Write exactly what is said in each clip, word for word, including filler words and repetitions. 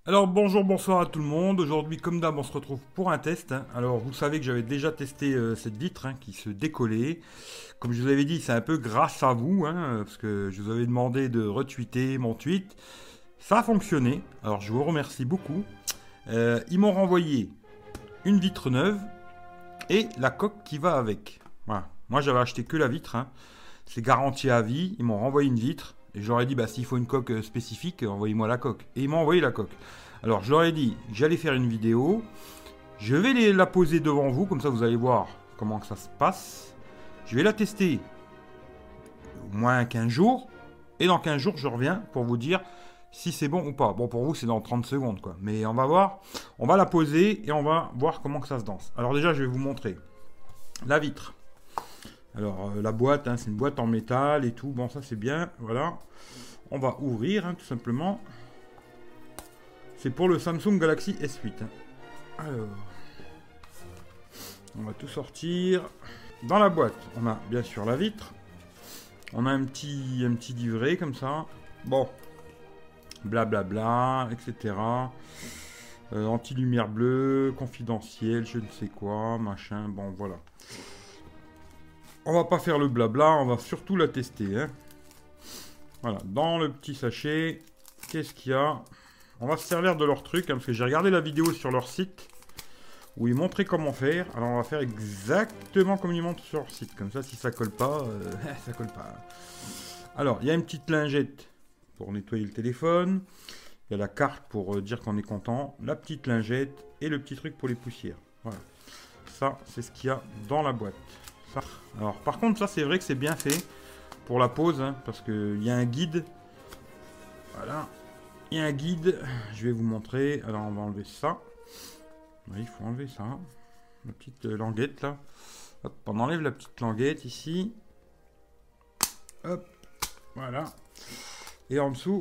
Alors bonjour, bonsoir à tout le monde. Aujourd'hui, comme d'hab, on se retrouve pour un test, hein. Alors vous savez que j'avais déjà testé euh, cette vitre, hein, qui se décollait. Comme je vous avais dit, c'est un peu grâce à vous, hein, parce que je vous avais demandé de retweeter mon tweet. Ça a fonctionné. Alors je vous remercie beaucoup. Euh, ils m'ont renvoyé une vitre neuve et la coque qui va avec. Voilà. Moi j'avais acheté que la vitre, hein. C'est garanti à vie. Ils m'ont renvoyé une vitre. Et je leur ai dit, bah, s'il faut une coque euh, spécifique, envoyez-moi la coque. Et ils m'ont envoyé la coque. Alors, je leur ai dit que j'allais faire une vidéo. Je vais les- la poser devant vous, comme ça vous allez voir comment que ça se passe. Je vais la tester au moins quinze jours. Et dans quinze jours, je reviens pour vous dire si c'est bon ou pas. Bon, pour vous, c'est dans trente secondes, quoi. Mais on va voir. On va la poser et on va voir comment que ça se danse. Alors déjà, je vais vous montrer la vitre. Alors, euh, la boîte, hein, c'est une boîte en métal et tout. Bon, ça, c'est bien. Voilà. On va ouvrir, hein, tout simplement. C'est pour le Samsung Galaxy S huit, hein. Alors, on va tout sortir. Dans la boîte, on a bien sûr la vitre. On a un petit, un petit livret comme ça. Bon, blablabla, et cetera. Euh, anti-lumière bleue, confidentiel, je ne sais quoi, machin. Bon, voilà. On va pas faire le blabla, on va surtout la tester, hein. Voilà, dans le petit sachet, qu'est-ce qu'il y a? On va se servir de leur truc, hein, parce que j'ai regardé la vidéo sur leur site où ils montraient comment faire. Alors on va faire exactement comme ils montrent sur leur site. Comme ça, si ça colle pas, euh, ça colle pas. Alors, il y a une petite lingette pour nettoyer le téléphone. Il y a la carte pour euh, dire qu'on est content. La petite lingette et le petit truc pour les poussières. Voilà. Ça, c'est ce qu'il y a dans la boîte. Ça. Alors, par contre, ça, c'est vrai que c'est bien fait pour la pose, hein, parce qu'il y a un guide. Voilà. Il y a un guide. Je vais vous montrer. Alors, on va enlever ça. Oui, il faut enlever ça. La petite euh, languette là. Hop, on enlève la petite languette ici. Hop, voilà. Et en dessous,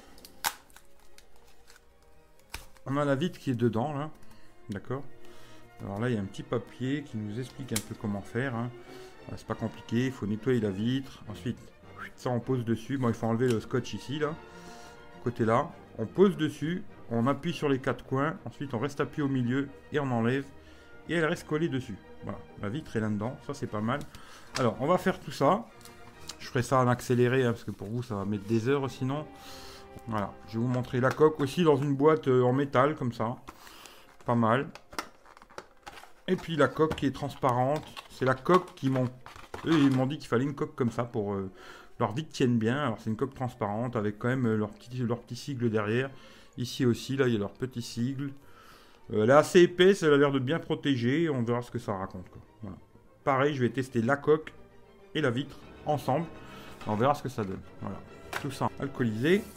on a la vitre qui est dedans là. D'accord. Alors là, il y a un petit papier qui nous explique un peu comment faire, hein. C'est pas compliqué, il faut nettoyer la vitre. Ensuite, ça on pose dessus. Bon, il faut enlever le scotch ici là. Côté là, on pose dessus, on appuie sur les quatre coins. Ensuite, on reste appuyé au milieu et on enlève. Et elle reste collée dessus. Voilà, la vitre est là-dedans, ça c'est pas mal. Alors, on va faire tout ça. Je ferai ça en accéléré, hein, parce que pour vous, ça va mettre des heures sinon. Voilà, je vais vous montrer la coque aussi dans une boîte euh, en métal, comme ça. Pas mal. Et puis la coque qui est transparente. C'est la coque qui m'ont... Eux, ils m'ont dit qu'il fallait une coque comme ça pour... Euh, leur vitre tienne bien. Alors, c'est une coque transparente avec quand même euh, leur petit, leur petit sigle derrière. Ici aussi, là, il y a leur petit sigle. Euh, elle est assez épaisse, elle a l'air de bien protéger. On verra ce que ça raconte, quoi. Voilà. Pareil, je vais tester la coque et la vitre ensemble. On verra ce que ça donne. Voilà. Tout ça alcoolisé. Et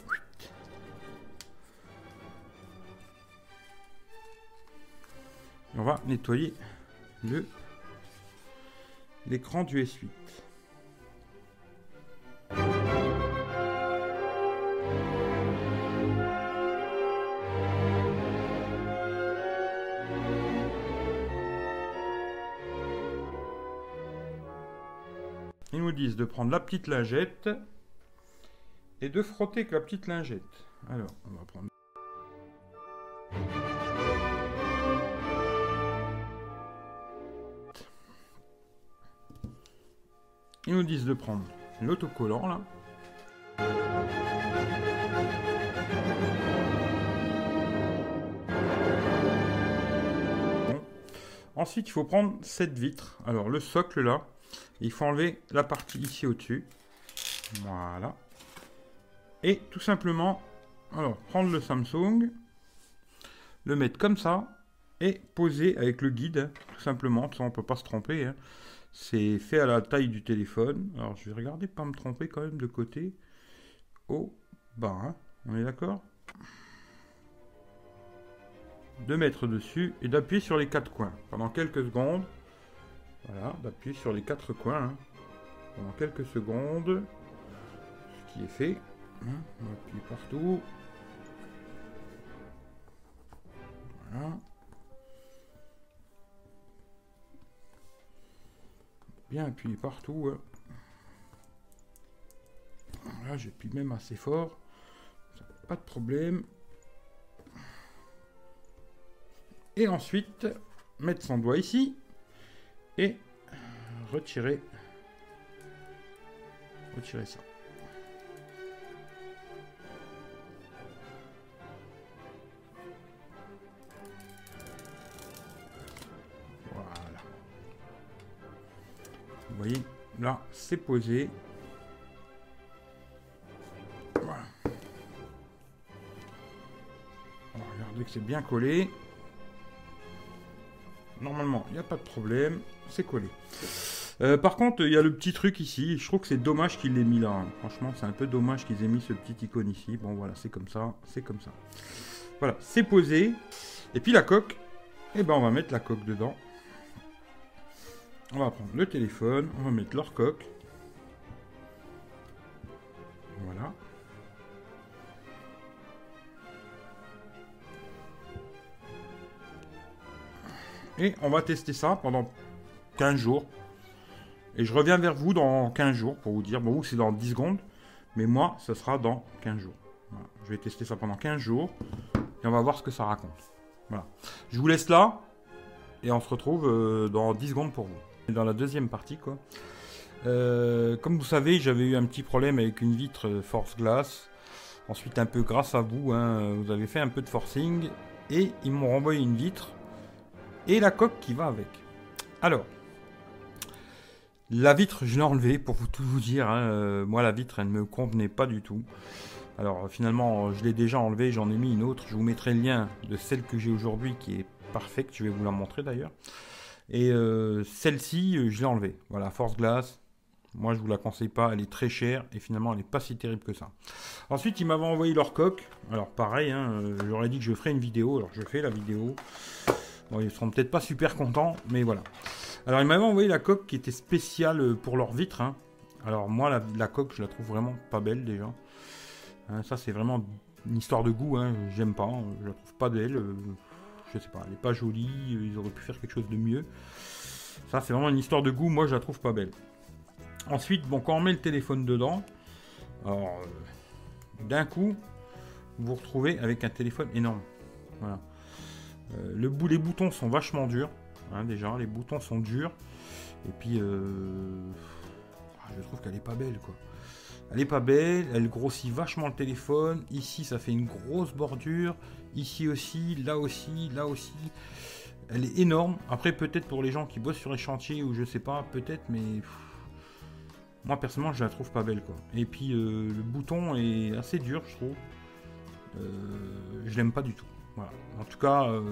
on va nettoyer le l'écran du S huit. Ils nous disent de prendre la petite lingette et de frotter avec la petite lingette. Alors, on va prendre... Ils nous disent de prendre l'autocollant, là. Bon. Ensuite, il faut prendre cette vitre. Alors, le socle, là. Il faut enlever la partie ici au-dessus. Voilà. Et tout simplement, alors, prendre le Samsung, le mettre comme ça, et poser avec le guide, hein, tout simplement. Ça, on ne peut pas se tromper, hein. C'est fait à la taille du téléphone. Alors, je vais regarder pas me tromper quand même de côté. Au bas, hein. On est d'accord? De mettre dessus et d'appuyer sur les quatre coins pendant quelques secondes. Voilà, d'appuyer sur les quatre coins, hein, pendant quelques secondes. Ce qui est fait. Hein, on appuie partout. Voilà. Bien appuyer partout. Hein. Là, j'appuie même assez fort. Pas de problème. Et ensuite, mettre son doigt ici et retirer, retirer ça. Voilà. Vous voyez, là, c'est posé. Voilà. Alors, regardez que c'est bien collé. Normalement, il n'y a pas de problème. C'est collé. Euh, par contre, il y a le petit truc ici. Je trouve que c'est dommage qu'il l'ait mis là. Hein. Franchement, c'est un peu dommage qu'ils aient mis ce petit icône ici. Bon, voilà, c'est comme ça. C'est comme ça. Voilà, c'est posé. Et puis la coque. Eh ben, on va mettre la coque dedans. On va prendre le téléphone. On va mettre leur coque. Voilà. Et on va tester ça pendant quinze jours. Et je reviens vers vous dans quinze jours pour vous dire, bon, vous c'est dans dix secondes, mais moi, ce sera dans quinze jours. Voilà. Je vais tester ça pendant quinze jours et on va voir ce que ça raconte. Voilà. Je vous laisse là et on se retrouve euh, dans dix secondes pour vous. Dans la deuxième partie, quoi. Euh, comme vous savez, j'avais eu un petit problème avec une vitre Force Glass. Ensuite, un peu grâce à vous, hein, vous avez fait un peu de forcing et ils m'ont renvoyé une vitre et la coque qui va avec. Alors, la vitre, je l'ai enlevée pour vous tout vous dire. Hein, euh, moi, la vitre, elle ne me convenait pas du tout. Alors, finalement, je l'ai déjà enlevée, j'en ai mis une autre. Je vous mettrai le lien de celle que j'ai aujourd'hui qui est parfaite. Je vais vous la montrer d'ailleurs. Et euh, celle-ci, je l'ai enlevée. Voilà, Force Glass. Moi, je ne vous la conseille pas. Elle est très chère et finalement, elle n'est pas si terrible que ça. Ensuite, ils m'avaient envoyé leur coque. Alors, pareil, hein, euh, j'aurais dit que je ferais une vidéo. Alors, je fais la vidéo. Bon, ils seront peut-être pas super contents, mais voilà. Alors, ils m'avaient envoyé la coque qui était spéciale pour leur vitre. Hein. Alors, moi, la, la coque, je la trouve vraiment pas belle déjà. Hein, ça, c'est vraiment une histoire de goût. Hein. J'aime pas. Je la trouve pas belle. Euh, je sais pas. Elle est pas jolie. Ils auraient pu faire quelque chose de mieux. Ça, c'est vraiment une histoire de goût. Moi, je la trouve pas belle. Ensuite, bon, quand on met le téléphone dedans, alors, euh, d'un coup, vous vous retrouvez avec un téléphone énorme. Voilà. Euh, le bout, les boutons sont vachement durs. Hein, déjà, les boutons sont durs. Et puis, euh, je trouve qu'elle est pas belle, quoi. Elle est pas belle. Elle grossit vachement le téléphone. Ici, ça fait une grosse bordure. Ici aussi, là aussi, là aussi. Elle est énorme. Après, peut-être pour les gens qui bossent sur les chantiers ou je sais pas, peut-être, mais pff, moi personnellement, je la trouve pas belle, quoi. Et puis, euh, le bouton est assez dur, je trouve. Euh, je l'aime pas du tout. Voilà. En tout cas, euh...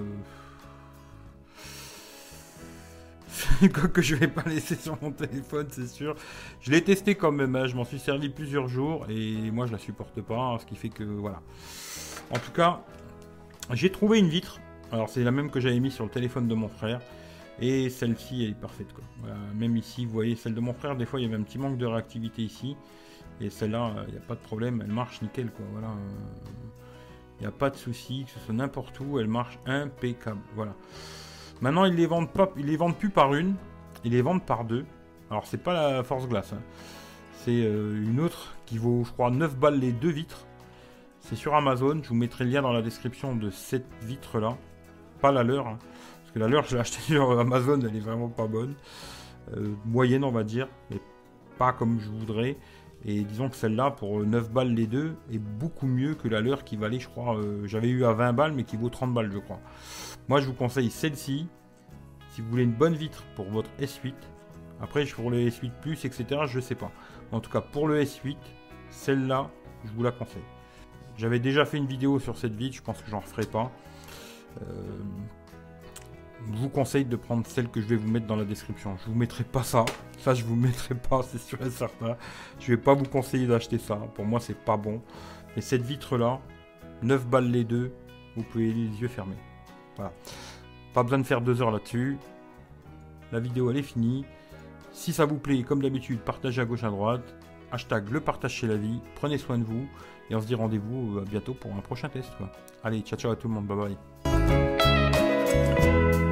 c'est une coque que je vais pas laisser sur mon téléphone, c'est sûr. Je l'ai testé quand même, hein. Je m'en suis servi plusieurs jours et moi je la supporte pas, ce qui fait que voilà. En tout cas, j'ai trouvé une vitre. Alors c'est la même que j'avais mis sur le téléphone de mon frère et celle-ci elle est parfaite, quoi. Voilà. Même ici, vous voyez celle de mon frère, des fois il y avait un petit manque de réactivité ici et celle-là, il n'y a pas de problème, elle marche nickel, quoi. Voilà. Il n'y a pas de souci, que ce soit n'importe où, elle marche impeccable. Voilà. Maintenant, ils les vendent pas, ils les vendent plus par une, ils les vendent par deux. Alors, c'est pas la Force Glass, hein. C'est euh, une autre qui vaut, je crois, neuf balles les deux vitres. C'est sur Amazon. Je vous mettrai le lien dans la description de cette vitre-là. Pas la leur, hein. Parce que la leur, je l'ai achetée sur Amazon, elle est vraiment pas bonne. Euh, moyenne, on va dire, mais pas comme je voudrais. Et disons que celle-là, pour neuf balles les deux, est beaucoup mieux que la leur qui valait, je crois, euh, j'avais eu à vingt balles, mais qui vaut trente balles, je crois. Moi, je vous conseille celle-ci, si vous voulez une bonne vitre pour votre S huit. Après, pour le S huit plus, et cetera, je sais pas. En tout cas, pour le S huit, celle-là, je vous la conseille. J'avais déjà fait une vidéo sur cette vitre, je pense que j'en referai pas. Euh, je vous conseille de prendre celle que je vais vous mettre dans la description. Je vous mettrai pas ça. Ça, je vous mettrai pas, c'est sûr et certain. Je vais pas vous conseiller d'acheter ça. Pour moi, c'est pas bon. Et cette vitre-là, neuf balles les deux, vous pouvez les yeux fermés. Voilà. Pas besoin de faire deux heures là-dessus. La vidéo, elle est finie. Si ça vous plaît, comme d'habitude, partagez à gauche, à droite. Hashtag le partage chez la vie. Prenez soin de vous. Et on se dit rendez-vous à bientôt pour un prochain test, quoi. Allez, ciao ciao à tout le monde. Bye bye.